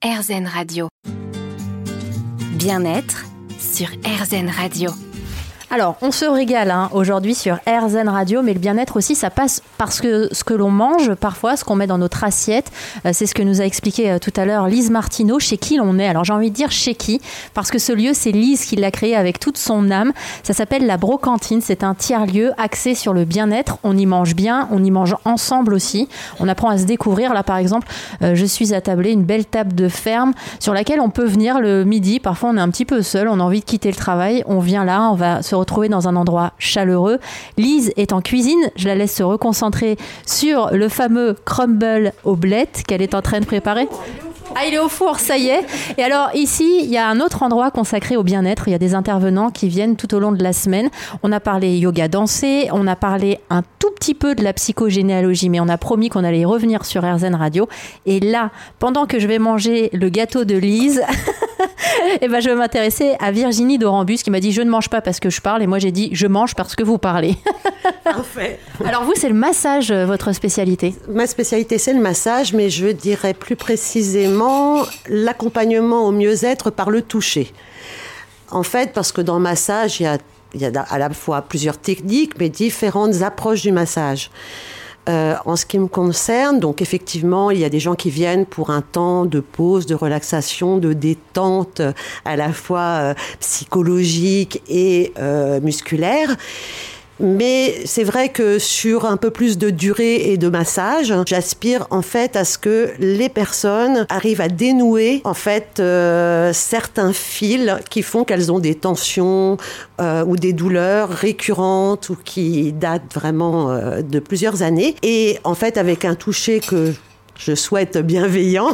RZN Radio. Bien-être sur RZN Radio. Alors, on se régale aujourd'hui sur RZN Radio, mais le bien-être aussi, ça passe parce que ce que l'on mange, parfois, ce qu'on met dans notre assiette, c'est ce que nous a expliqué tout à l'heure Lise Martineau, chez qui l'on est. Alors, j'ai envie de dire chez qui, parce que ce lieu, c'est Lise qui l'a créé avec toute son âme. Ça s'appelle la Brocantine, c'est un tiers-lieu axé sur le bien-être. On y mange bien, on y mange ensemble aussi. On apprend à se découvrir. Là, par exemple, je suis attablée, une belle table de ferme sur laquelle on peut venir le midi. Parfois, on est un petit peu seul, on a envie de quitter le travail. On vient là, on va se retrouver dans un endroit chaleureux. Lise est en cuisine, je la laisse se reconcentrer sur le fameux crumble aux blettes qu'elle est en train de préparer. Ah, il est au four, ça y est. Et alors ici, il y a un autre endroit consacré au bien-être. Il y a des intervenants qui viennent tout au long de la semaine. On a parlé yoga dansé, on a parlé un tout petit peu de la psychogénéalogie, mais on a promis qu'on allait y revenir sur RZN Radio. Et là, pendant que je vais manger le gâteau de Lise, et je vais m'intéresser à Virginie Dorambus qui m'a dit « Je ne mange pas parce que je parle » et moi j'ai dit « Je mange parce que vous parlez ». Parfait. Alors vous, c'est le massage, votre spécialité? Ma spécialité, c'est le massage, mais je dirais plus précisément l'accompagnement au mieux-être par le toucher. En fait, parce que dans le massage, il y a à la fois plusieurs techniques, mais différentes approches du massage. En ce qui me concerne, donc effectivement, il y a des gens qui viennent pour un temps de pause, de relaxation, de détente, à la fois psychologique et musculaire. Mais c'est vrai que sur un peu plus de durée et de massage, j'aspire en fait à ce que les personnes arrivent à dénouer en fait certains fils qui font qu'elles ont des tensions ou des douleurs récurrentes ou qui datent vraiment de plusieurs années. Et en fait, avec un toucher que je souhaite bienveillant,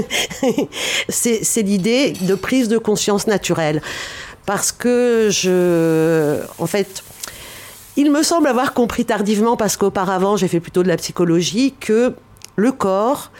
c'est l'idée de prise de conscience naturelle. Parce que il me semble avoir compris tardivement, parce qu'auparavant, j'ai fait plutôt de la psychologie, que le corps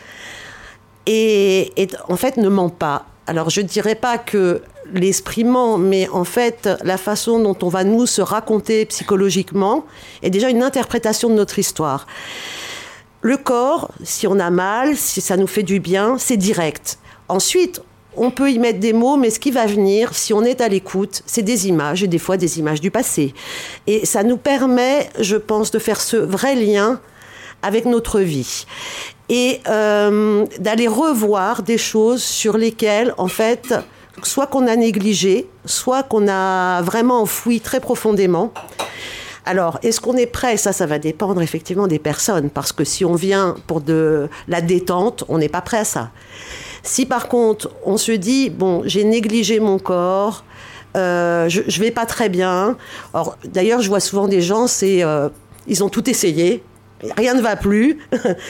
en fait, ne ment pas. Alors, je ne dirais pas que l'esprit ment, mais en fait, la façon dont on va nous se raconter psychologiquement est déjà une interprétation de notre histoire. Le corps, si on a mal, si ça nous fait du bien, c'est direct. Ensuite, on peut y mettre des mots, mais ce qui va venir, si on est à l'écoute, c'est des images, et des fois des images du passé. Et ça nous permet, je pense, de faire ce vrai lien avec notre vie. Et d'aller revoir des choses sur lesquelles, en fait, soit qu'on a négligé, soit qu'on a vraiment enfoui très profondément. Alors, est-ce qu'on est prêt ? Ça va dépendre effectivement des personnes, parce que si on vient pour de la détente, on n'est pas prêt à ça. Si par contre, on se dit, bon, j'ai négligé mon corps, je vais pas très bien. Or, d'ailleurs, je vois souvent des gens, ils ont tout essayé, rien ne va plus.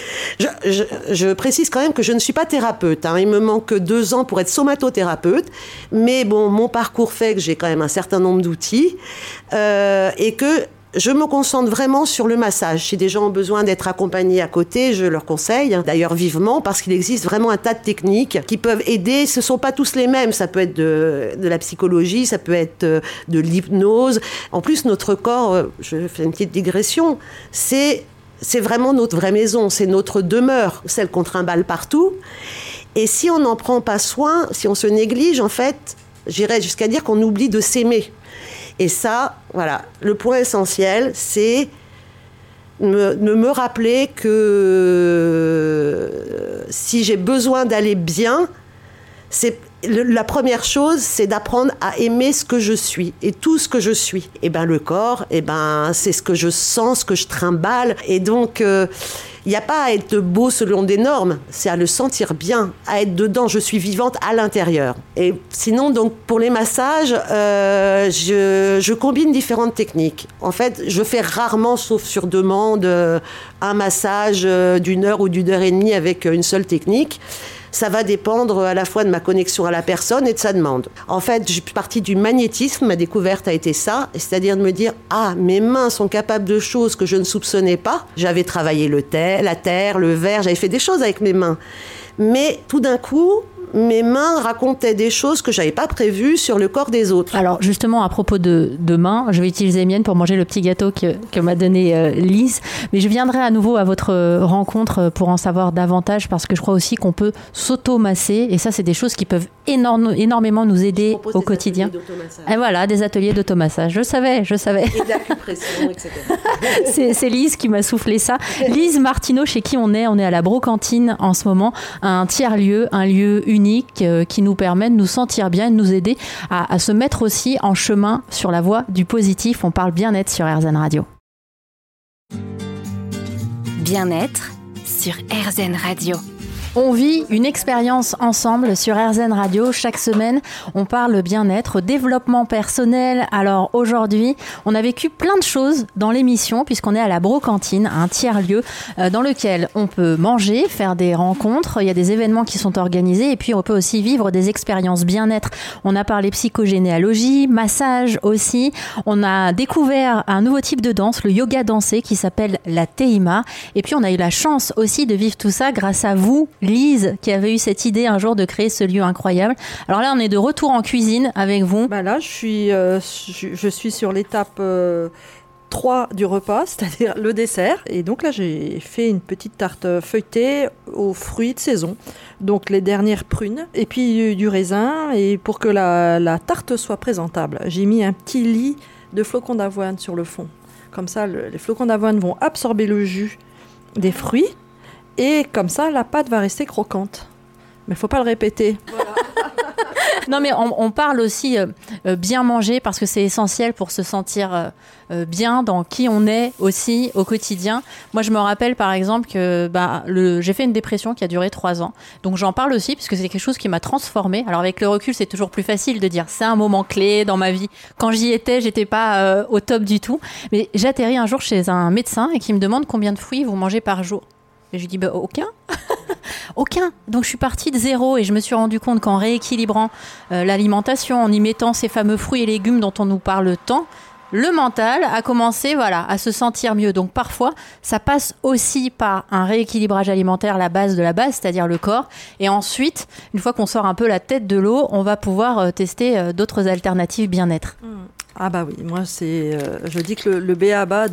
Je précise quand même que je ne suis pas thérapeute. Il me manque 2 ans pour être somatothérapeute. Mais bon, mon parcours fait que j'ai quand même un certain nombre d'outils et que je me concentre vraiment sur le massage. Si des gens ont besoin d'être accompagnés à côté, je leur conseille, d'ailleurs vivement, parce qu'il existe vraiment un tas de techniques qui peuvent aider. Ce ne sont pas tous les mêmes. Ça peut être de la psychologie, ça peut être de l'hypnose. En plus, notre corps, je fais une petite digression, c'est vraiment notre vraie maison, c'est notre demeure, celle qu'on trimballe partout. Et si on n'en prend pas soin, si on se néglige, en fait, j'irais jusqu'à dire qu'on oublie de s'aimer. Et ça, voilà, le point essentiel, c'est de me rappeler que si j'ai besoin d'aller bien, la première chose, c'est d'apprendre à aimer ce que je suis et tout ce que je suis. Et le corps, c'est ce que je sens, ce que je trimballe. Et donc, il n'y a pas à être beau selon des normes, c'est à le sentir bien, à être dedans. Je suis vivante à l'intérieur. Et sinon, donc, pour les massages, je combine différentes techniques. En fait, je fais rarement, sauf sur demande, un massage d'1 heure ou d'1 heure et demie avec une seule technique. Ça va dépendre à la fois de ma connexion à la personne et de sa demande. En fait, je suis partie du magnétisme. Ma découverte a été ça, c'est-à-dire de me dire « Ah, mes mains sont capables de choses que je ne soupçonnais pas. » J'avais travaillé la terre, le verre, j'avais fait des choses avec mes mains. Mais tout d'un coup, mes mains racontaient des choses que j'avais pas prévues sur le corps des autres. Alors justement, à propos de mains, je vais utiliser les miennes pour manger le petit gâteau que m'a donné Lise. Mais je viendrai à nouveau à votre rencontre pour en savoir davantage, parce que je crois aussi qu'on peut s'auto-masser. Et ça, c'est des choses qui peuvent énormément nous aider au quotidien. Et voilà, des ateliers d'automassage. Je savais. Et d'acupression, etc. C'est Lise qui m'a soufflé ça. Lise Martineau, chez qui on est à la Brocantine en ce moment, un tiers-lieu, un lieu unique qui nous permet de nous sentir bien et de nous aider à se mettre aussi en chemin sur la voie du positif. On parle bien-être sur RZN Radio. Bien-être sur RZN Radio. On vit une expérience ensemble sur RZN Radio. Chaque semaine, on parle bien-être, développement personnel. Alors aujourd'hui, on a vécu plein de choses dans l'émission puisqu'on est à la Brocantine, un tiers-lieu dans lequel on peut manger, faire des rencontres. Il y a des événements qui sont organisés et puis on peut aussi vivre des expériences bien-être. On a parlé psychogénéalogie, massage aussi. On a découvert un nouveau type de danse, le yoga dansé qui s'appelle la Teima. Et puis on a eu la chance aussi de vivre tout ça grâce à vous, Lise, qui avait eu cette idée un jour de créer ce lieu incroyable. Alors là, on est de retour en cuisine avec vous. Là, je suis sur l'étape 3 du repas, c'est-à-dire le dessert. Et donc là, j'ai fait une petite tarte feuilletée aux fruits de saison. Donc les dernières prunes et puis du raisin. Et pour que la tarte soit présentable, j'ai mis un petit lit de flocons d'avoine sur le fond. Comme ça, les flocons d'avoine vont absorber le jus des fruits. Et comme ça, la pâte va rester croquante. Mais il ne faut pas le répéter. Voilà. Non, mais on parle aussi bien manger parce que c'est essentiel pour se sentir bien dans qui on est aussi au quotidien. Moi, je me rappelle par exemple que j'ai fait une dépression qui a duré 3 ans. Donc, j'en parle aussi parce que c'est quelque chose qui m'a transformée. Alors, avec le recul, c'est toujours plus facile de dire c'est un moment clé dans ma vie. Quand j'y étais, j'étais pas au top du tout. Mais j'atterris un jour chez un médecin et qui me demande combien de fruits vous mangez par jour. Et je lui dis aucun. Aucun. Donc je suis partie de 0 et je me suis rendu compte qu'en rééquilibrant l'alimentation, en y mettant ces fameux fruits et légumes dont on nous parle tant, le mental a commencé à se sentir mieux. Donc parfois, ça passe aussi par un rééquilibrage alimentaire, la base de la base, c'est-à-dire le corps. Et ensuite, une fois qu'on sort un peu la tête de l'eau, on va pouvoir tester d'autres alternatives bien-être. Ah bah oui, moi je dis que le b.a.-ba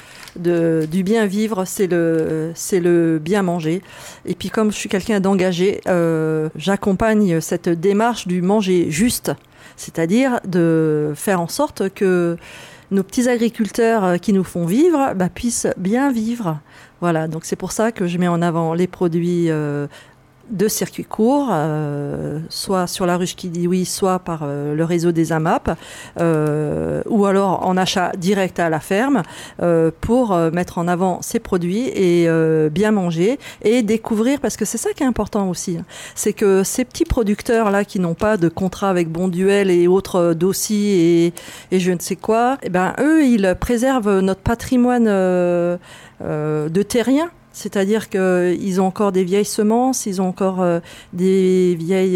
du bien vivre, c'est le bien manger. Et puis comme je suis quelqu'un d'engagé, j'accompagne cette démarche du manger juste, c'est-à-dire de faire en sorte que nos petits agriculteurs qui nous font vivre puissent bien vivre. Voilà, donc c'est pour ça que je mets en avant les produits de circuit court, soit sur la ruche qui dit oui, soit par le réseau des AMAP, ou alors en achat direct à la ferme, pour mettre en avant ces produits et bien manger et découvrir, parce que c'est ça qui est important aussi, c'est que ces petits producteurs-là qui n'ont pas de contrat avec Bonduel et autres dossiers et je ne sais quoi, eux, ils préservent notre patrimoine de terrien. C'est-à-dire qu'ils ont encore des vieilles semences, ils ont encore des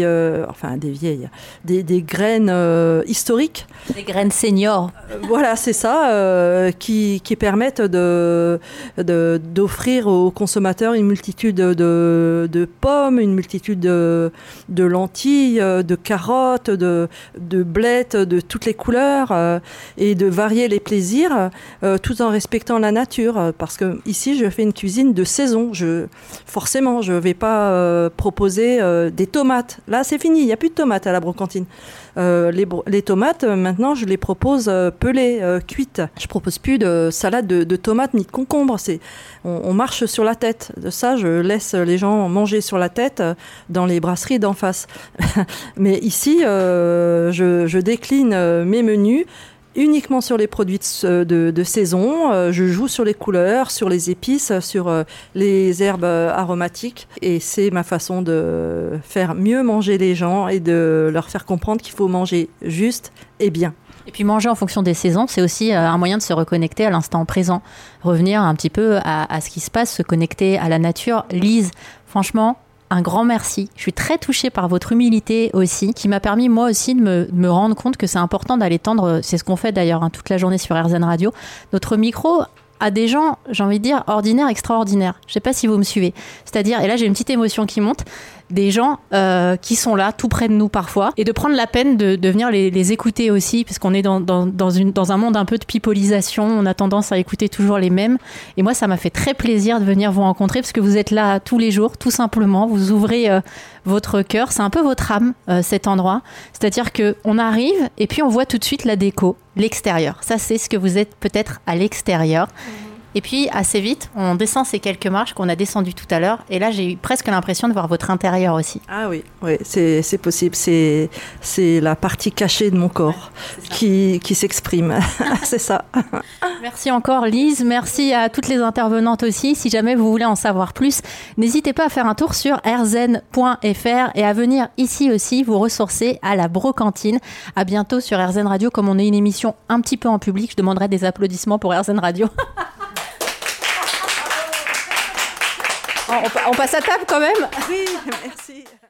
graines historiques. Des graines seniors. Voilà, c'est ça, qui permettent d'offrir aux consommateurs une multitude de pommes, une multitude de lentilles, de carottes, de blettes, de toutes les couleurs, et de varier les plaisirs, tout en respectant la nature. Parce que ici, je fais une cuisine de saison. Forcément, je ne vais pas proposer des tomates. Là, c'est fini, il n'y a plus de tomates à la Brocantine. Les tomates, maintenant, je les propose pelées, cuites. Je ne propose plus de salade de tomates ni de concombres. On marche sur la tête. De ça, je laisse les gens manger sur la tête dans les brasseries d'en face. Mais ici, je décline mes menus uniquement sur les produits de saison. Je joue sur les couleurs, sur les épices, sur les herbes aromatiques. Et c'est ma façon de faire mieux manger les gens et de leur faire comprendre qu'il faut manger juste et bien. Et puis manger en fonction des saisons, c'est aussi un moyen de se reconnecter à l'instant présent. Revenir un petit peu à ce qui se passe, se connecter à la nature. Lise, franchement, un grand merci. Je suis très touchée par votre humilité aussi, qui m'a permis moi aussi de me rendre compte que c'est important d'aller tendre, c'est ce qu'on fait d'ailleurs toute la journée sur RZN Radio, notre micro à des gens, j'ai envie de dire, ordinaires, extraordinaires. Je ne sais pas si vous me suivez. C'est-à-dire, et là j'ai une petite émotion qui monte, des gens qui sont là, tout près de nous parfois, et de prendre la peine de venir les écouter aussi, parce qu'on est dans un monde un peu de pipolisation, on a tendance à écouter toujours les mêmes. Et moi, ça m'a fait très plaisir de venir vous rencontrer, parce que vous êtes là tous les jours, tout simplement. Vous ouvrez votre cœur, c'est un peu votre âme, cet endroit. C'est-à-dire qu'on arrive et puis on voit tout de suite la déco, l'extérieur. Ça, c'est ce que vous êtes peut-être à l'extérieur. Et puis, assez vite, on descend ces quelques marches qu'on a descendues tout à l'heure. Et là, j'ai eu presque l'impression de voir votre intérieur aussi. Ah oui, c'est possible. C'est la partie cachée de mon corps qui s'exprime. C'est ça. Merci encore, Lise. Merci à toutes les intervenantes aussi. Si jamais vous voulez en savoir plus, n'hésitez pas à faire un tour sur rzn.fr et à venir ici aussi vous ressourcer à la Brocantine. À bientôt sur RZN Radio. Comme on est une émission un petit peu en public, je demanderai des applaudissements pour RZN Radio. On passe à table quand même. Oui, merci.